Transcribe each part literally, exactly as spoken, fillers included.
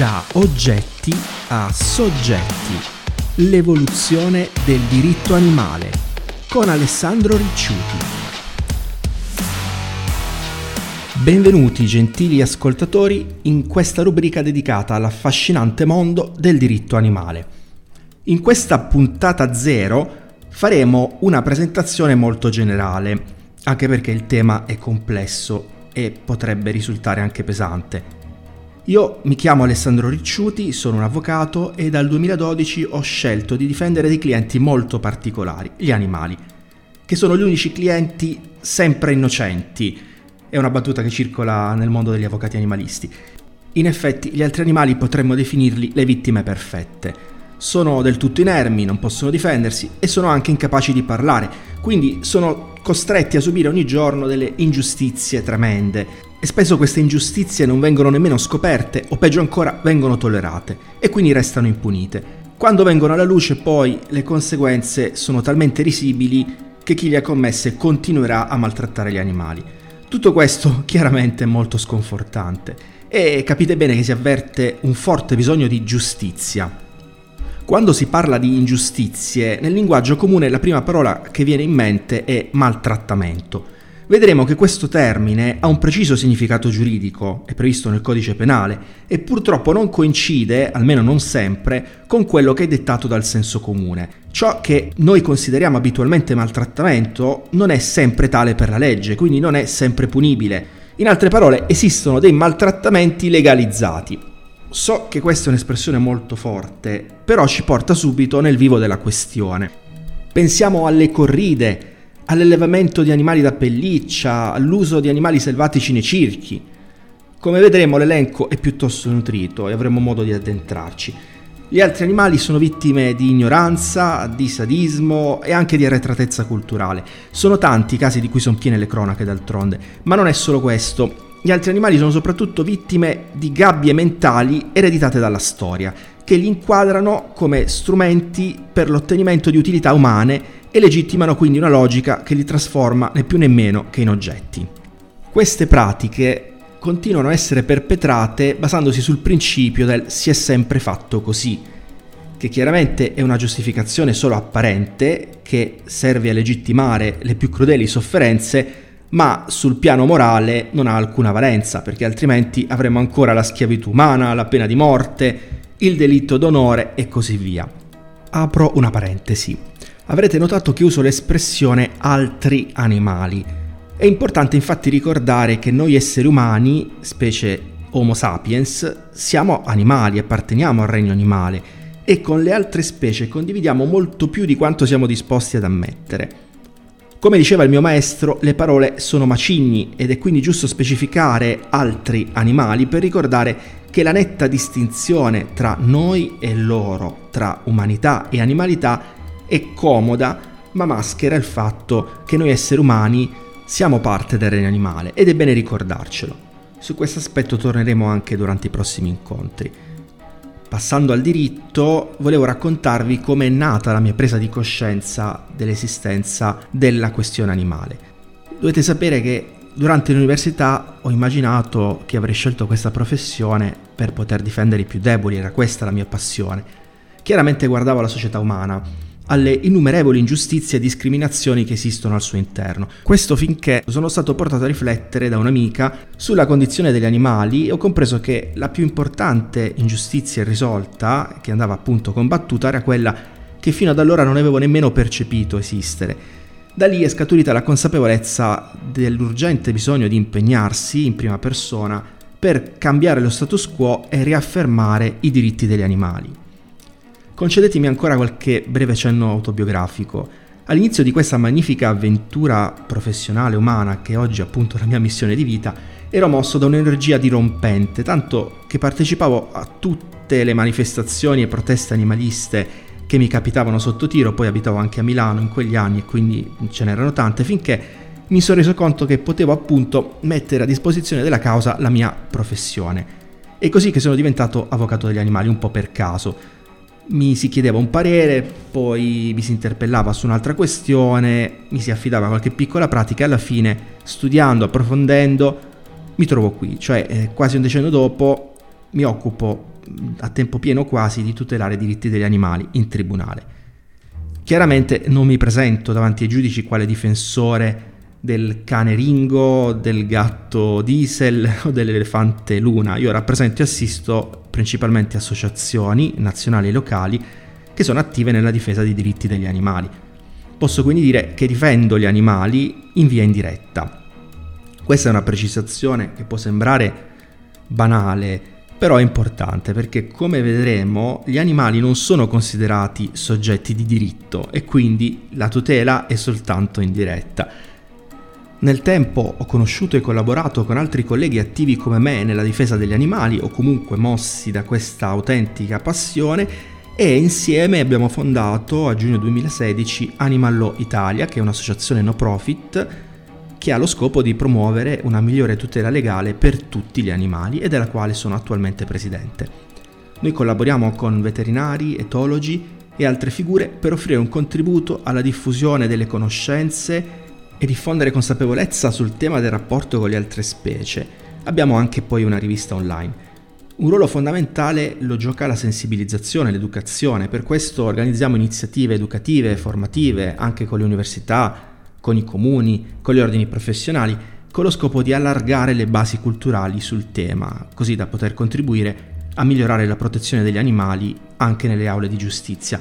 Da oggetti a soggetti. L'evoluzione del diritto animale con Alessandro Ricciuti. Benvenuti gentili ascoltatori in questa rubrica dedicata all'affascinante mondo del diritto animale. In questa puntata zero faremo una presentazione molto generale, anche perché il tema è complesso e potrebbe risultare anche pesante. Io mi chiamo Alessandro Ricciuti, sono un avvocato e dal duemiladodici ho scelto di difendere dei clienti molto particolari, gli animali, che sono gli unici clienti sempre innocenti. È una battuta che circola nel mondo degli avvocati animalisti. In effetti gli altri animali potremmo definirli le vittime perfette. Sono del tutto inermi, non possono difendersi e sono anche incapaci di parlare, quindi sono costretti a subire ogni giorno delle ingiustizie tremende. E spesso queste ingiustizie non vengono nemmeno scoperte o peggio ancora vengono tollerate e quindi restano impunite. Quando vengono alla luce poi le conseguenze sono talmente risibili che chi le ha commesse continuerà a maltrattare gli animali. Tutto questo chiaramente è molto sconfortante e capite bene che si avverte un forte bisogno di giustizia. Quando si parla di ingiustizie, nel linguaggio comune la prima parola che viene in mente è maltrattamento. Vedremo che questo termine ha un preciso significato giuridico, è previsto nel codice penale e purtroppo non coincide, almeno non sempre, con quello che è dettato dal senso comune. Ciò che noi consideriamo abitualmente maltrattamento non è sempre tale per la legge, quindi non è sempre punibile. In altre parole, esistono dei maltrattamenti legalizzati. So che questa è un'espressione molto forte, però ci porta subito nel vivo della questione. Pensiamo alle corride, all'allevamento di animali da pelliccia, all'uso di animali selvatici nei circhi. Come vedremo l'elenco è piuttosto nutrito e avremo modo di addentrarci. Gli altri animali sono vittime di ignoranza, di sadismo e anche di arretratezza culturale. Sono tanti i casi di cui sono piene le cronache d'altronde, ma non è solo questo. Gli altri animali sono soprattutto vittime di gabbie mentali ereditate dalla storia, che li inquadrano come strumenti per l'ottenimento di utilità umane e legittimano quindi una logica che li trasforma né più né meno che in oggetti. Queste pratiche continuano a essere perpetrate basandosi sul principio del si è sempre fatto così, che chiaramente è una giustificazione solo apparente che serve a legittimare le più crudeli sofferenze, ma sul piano morale non ha alcuna valenza, perché altrimenti avremo ancora la schiavitù umana, la pena di morte, il delitto d'onore e così via. Apro una parentesi. Avrete notato che uso l'espressione altri animali. È importante infatti ricordare che noi esseri umani, specie Homo sapiens, siamo animali, apparteniamo al regno animale e con le altre specie condividiamo molto più di quanto siamo disposti ad ammettere. Come diceva il mio maestro, le parole sono macigni ed è quindi giusto specificare altri animali per ricordare che la netta distinzione tra noi e loro, tra umanità e animalità, è comoda, ma maschera il fatto che noi esseri umani siamo parte del regno animale ed è bene ricordarcelo. Su questo aspetto torneremo anche durante i prossimi incontri. Passando al diritto, volevo raccontarvi come è nata la mia presa di coscienza dell'esistenza della questione animale. Dovete sapere che durante l'università ho immaginato che avrei scelto questa professione per poter difendere i più deboli, era questa la mia passione. Chiaramente guardavo la società umana, alle innumerevoli ingiustizie e discriminazioni che esistono al suo interno. Questo finché sono stato portato a riflettere da un'amica sulla condizione degli animali e ho compreso che la più importante ingiustizia irrisolta, che andava appunto combattuta, era quella che fino ad allora non avevo nemmeno percepito esistere. Da lì è scaturita la consapevolezza dell'urgente bisogno di impegnarsi in prima persona per cambiare lo status quo e riaffermare i diritti degli animali. Concedetemi ancora qualche breve cenno autobiografico. All'inizio di questa magnifica avventura professionale umana, che oggi è appunto la mia missione di vita, ero mosso da un'energia dirompente, tanto che partecipavo a tutte le manifestazioni e proteste animaliste che mi capitavano sotto tiro. Poi abitavo anche a Milano in quegli anni e quindi ce n'erano tante, finché mi sono reso conto che potevo appunto mettere a disposizione della causa la mia professione. È così che sono diventato avvocato degli animali, un po' per caso. Mi si chiedeva un parere, poi mi si interpellava su un'altra questione, mi si affidava qualche piccola pratica e alla fine, studiando, approfondendo, mi trovo qui, cioè eh, quasi un decennio dopo mi occupo a tempo pieno quasi di tutelare i diritti degli animali in tribunale. Chiaramente non mi presento davanti ai giudici quale difensore del cane Ringo, del gatto Diesel o dell'elefante Luna. Io rappresento e assisto principalmente associazioni nazionali e locali che sono attive nella difesa dei diritti degli animali. Posso quindi dire che difendo gli animali in via indiretta. Questa è una precisazione che può sembrare banale, però è importante perché, come vedremo, gli animali non sono considerati soggetti di diritto e quindi la tutela è soltanto indiretta. Nel tempo ho conosciuto e collaborato con altri colleghi attivi come me nella difesa degli animali o comunque mossi da questa autentica passione, e insieme abbiamo fondato a giugno duemilasedici Animal Law Italia, che è un'associazione no profit che ha lo scopo di promuovere una migliore tutela legale per tutti gli animali e della quale sono attualmente presidente. Noi collaboriamo con veterinari, etologi e altre figure per offrire un contributo alla diffusione delle conoscenze e diffondere consapevolezza sul tema del rapporto con le altre specie. Abbiamo anche poi una rivista online. Un ruolo fondamentale lo gioca la sensibilizzazione, l'educazione. Per questo organizziamo iniziative educative, formative, anche con le università, con i comuni, con gli ordini professionali, con lo scopo di allargare le basi culturali sul tema, così da poter contribuire a migliorare la protezione degli animali anche nelle aule di giustizia.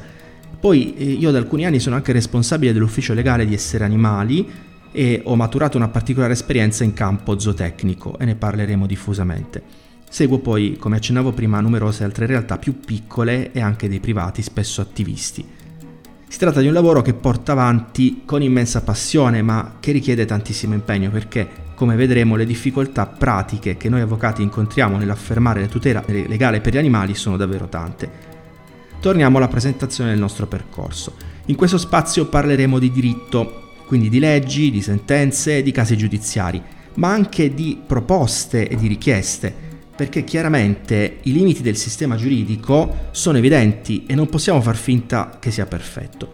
Poi io da alcuni anni sono anche responsabile dell'ufficio legale di Essere Animali e ho maturato una particolare esperienza in campo zootecnico e ne parleremo diffusamente. Seguo poi, come accennavo prima, numerose altre realtà più piccole e anche dei privati spesso attivisti. Si tratta di un lavoro che porta avanti con immensa passione, ma che richiede tantissimo impegno perché, come vedremo, le difficoltà pratiche che noi avvocati incontriamo nell'affermare la tutela legale per gli animali sono davvero tante. Torniamo alla presentazione del nostro percorso. In questo spazio parleremo di diritto, quindi di leggi, di sentenze, di casi giudiziari, ma anche di proposte e di richieste, perché chiaramente i limiti del sistema giuridico sono evidenti e non possiamo far finta che sia perfetto.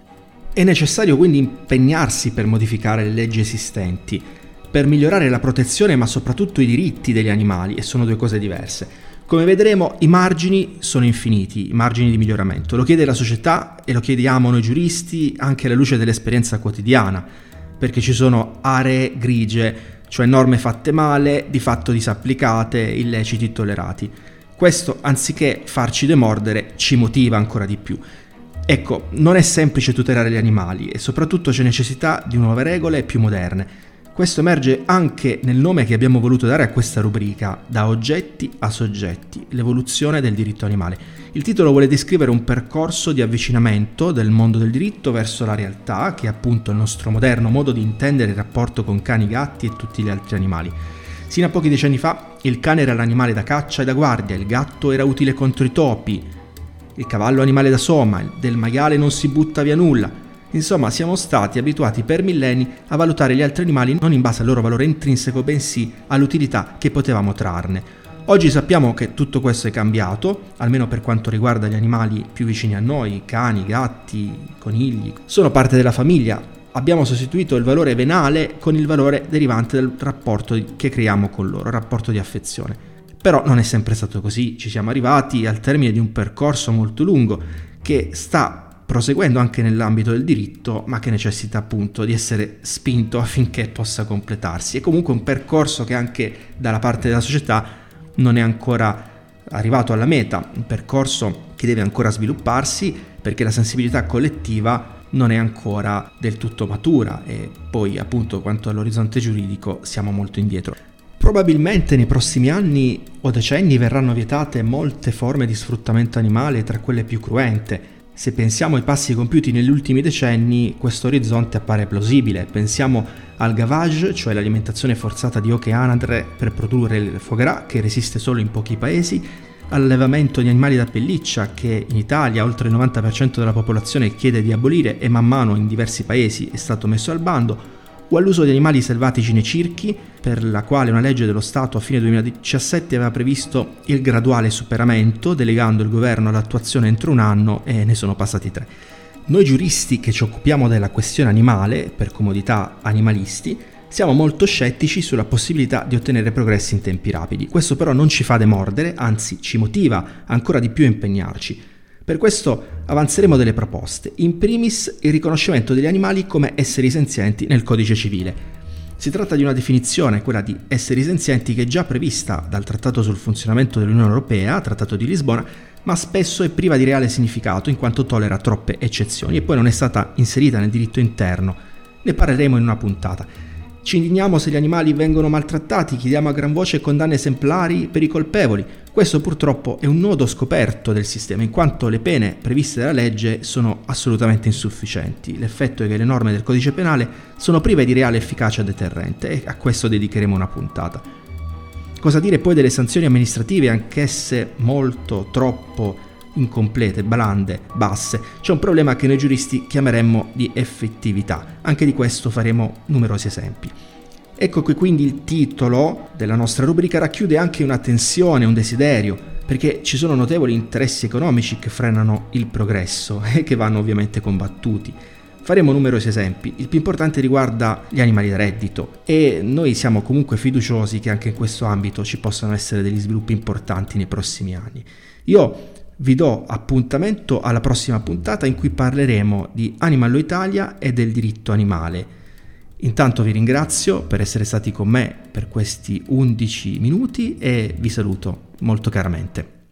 È necessario quindi impegnarsi per modificare le leggi esistenti, per migliorare la protezione ma soprattutto i diritti degli animali, e sono due cose diverse. Come vedremo, i margini sono infiniti, i margini di miglioramento. Lo chiede la società e lo chiediamo noi giuristi anche alla luce dell'esperienza quotidiana, perché ci sono aree grigie, cioè norme fatte male, di fatto disapplicate, illeciti tollerati. Questo, anziché farci demordere, ci motiva ancora di più. Ecco, non è semplice tutelare gli animali e soprattutto c'è necessità di nuove regole più moderne. Questo emerge anche nel nome che abbiamo voluto dare a questa rubrica, Da oggetti a soggetti, l'evoluzione del diritto animale. Il titolo vuole descrivere un percorso di avvicinamento del mondo del diritto verso la realtà, che è appunto il nostro moderno modo di intendere il rapporto con cani, gatti e tutti gli altri animali. Sino a pochi decenni fa il cane era l'animale da caccia e da guardia, il gatto era utile contro i topi, il cavallo animale da soma, del maiale non si butta via nulla. Insomma, siamo stati abituati per millenni a valutare gli altri animali non in base al loro valore intrinseco, bensì all'utilità che potevamo trarne. Oggi sappiamo che tutto questo è cambiato, almeno per quanto riguarda gli animali più vicini a noi, cani, gatti, conigli. Sono parte della famiglia. Abbiamo sostituito il valore venale con il valore derivante dal rapporto che creiamo con loro, rapporto di affezione. Però non è sempre stato così, ci siamo arrivati al termine di un percorso molto lungo che sta proseguendo anche nell'ambito del diritto, ma che necessita appunto di essere spinto affinché possa completarsi. È comunque un percorso che anche dalla parte della società non è ancora arrivato alla meta, un percorso che deve ancora svilupparsi perché la sensibilità collettiva non è ancora del tutto matura e poi appunto quanto all'orizzonte giuridico siamo molto indietro. Probabilmente nei prossimi anni o decenni verranno vietate molte forme di sfruttamento animale, tra quelle più cruente. Se pensiamo ai passi compiuti negli ultimi decenni, questo orizzonte appare plausibile. Pensiamo al gavage, cioè l'alimentazione forzata di oche e anatre per produrre il foie gras, che resiste solo in pochi paesi, all'allevamento di animali da pelliccia, che in Italia oltre il novanta per cento della popolazione chiede di abolire e man mano in diversi paesi è stato messo al bando, o all'uso di animali selvatici nei circhi, per la quale una legge dello Stato a fine duemiladiciassette aveva previsto il graduale superamento, delegando il governo all'attuazione entro un anno, e ne sono passati tre. Noi giuristi che ci occupiamo della questione animale, per comodità animalisti, siamo molto scettici sulla possibilità di ottenere progressi in tempi rapidi. Questo però non ci fa demordere, anzi ci motiva ancora di più a impegnarci. Per questo avanzeremo delle proposte, in primis il riconoscimento degli animali come esseri senzienti nel codice civile. Si tratta di una definizione, quella di esseri senzienti, che è già prevista dal Trattato sul funzionamento dell'Unione Europea, Trattato di Lisbona, ma spesso è priva di reale significato in quanto tollera troppe eccezioni e poi non è stata inserita nel diritto interno. Ne parleremo in una puntata. Ci indigniamo se gli animali vengono maltrattati, chiediamo a gran voce condanne esemplari per i colpevoli. Questo purtroppo è un nodo scoperto del sistema, in quanto le pene previste dalla legge sono assolutamente insufficienti. L'effetto è che le norme del codice penale sono prive di reale efficacia deterrente e a questo dedicheremo una puntata. Cosa dire poi delle sanzioni amministrative, anch'esse molto, troppo incomplete, blande, basse? C'è un problema che noi giuristi chiameremmo di effettività. Anche di questo faremo numerosi esempi. Ecco che quindi il titolo della nostra rubrica racchiude anche una tensione, un desiderio, perché ci sono notevoli interessi economici che frenano il progresso e che vanno ovviamente combattuti. Faremo numerosi esempi, il più importante riguarda gli animali da reddito e noi siamo comunque fiduciosi che anche in questo ambito ci possano essere degli sviluppi importanti nei prossimi anni. Io vi do appuntamento alla prossima puntata in cui parleremo di Animal Law Italia e del diritto animale. Intanto vi ringrazio per essere stati con me per questi undici minuti e vi saluto molto caramente.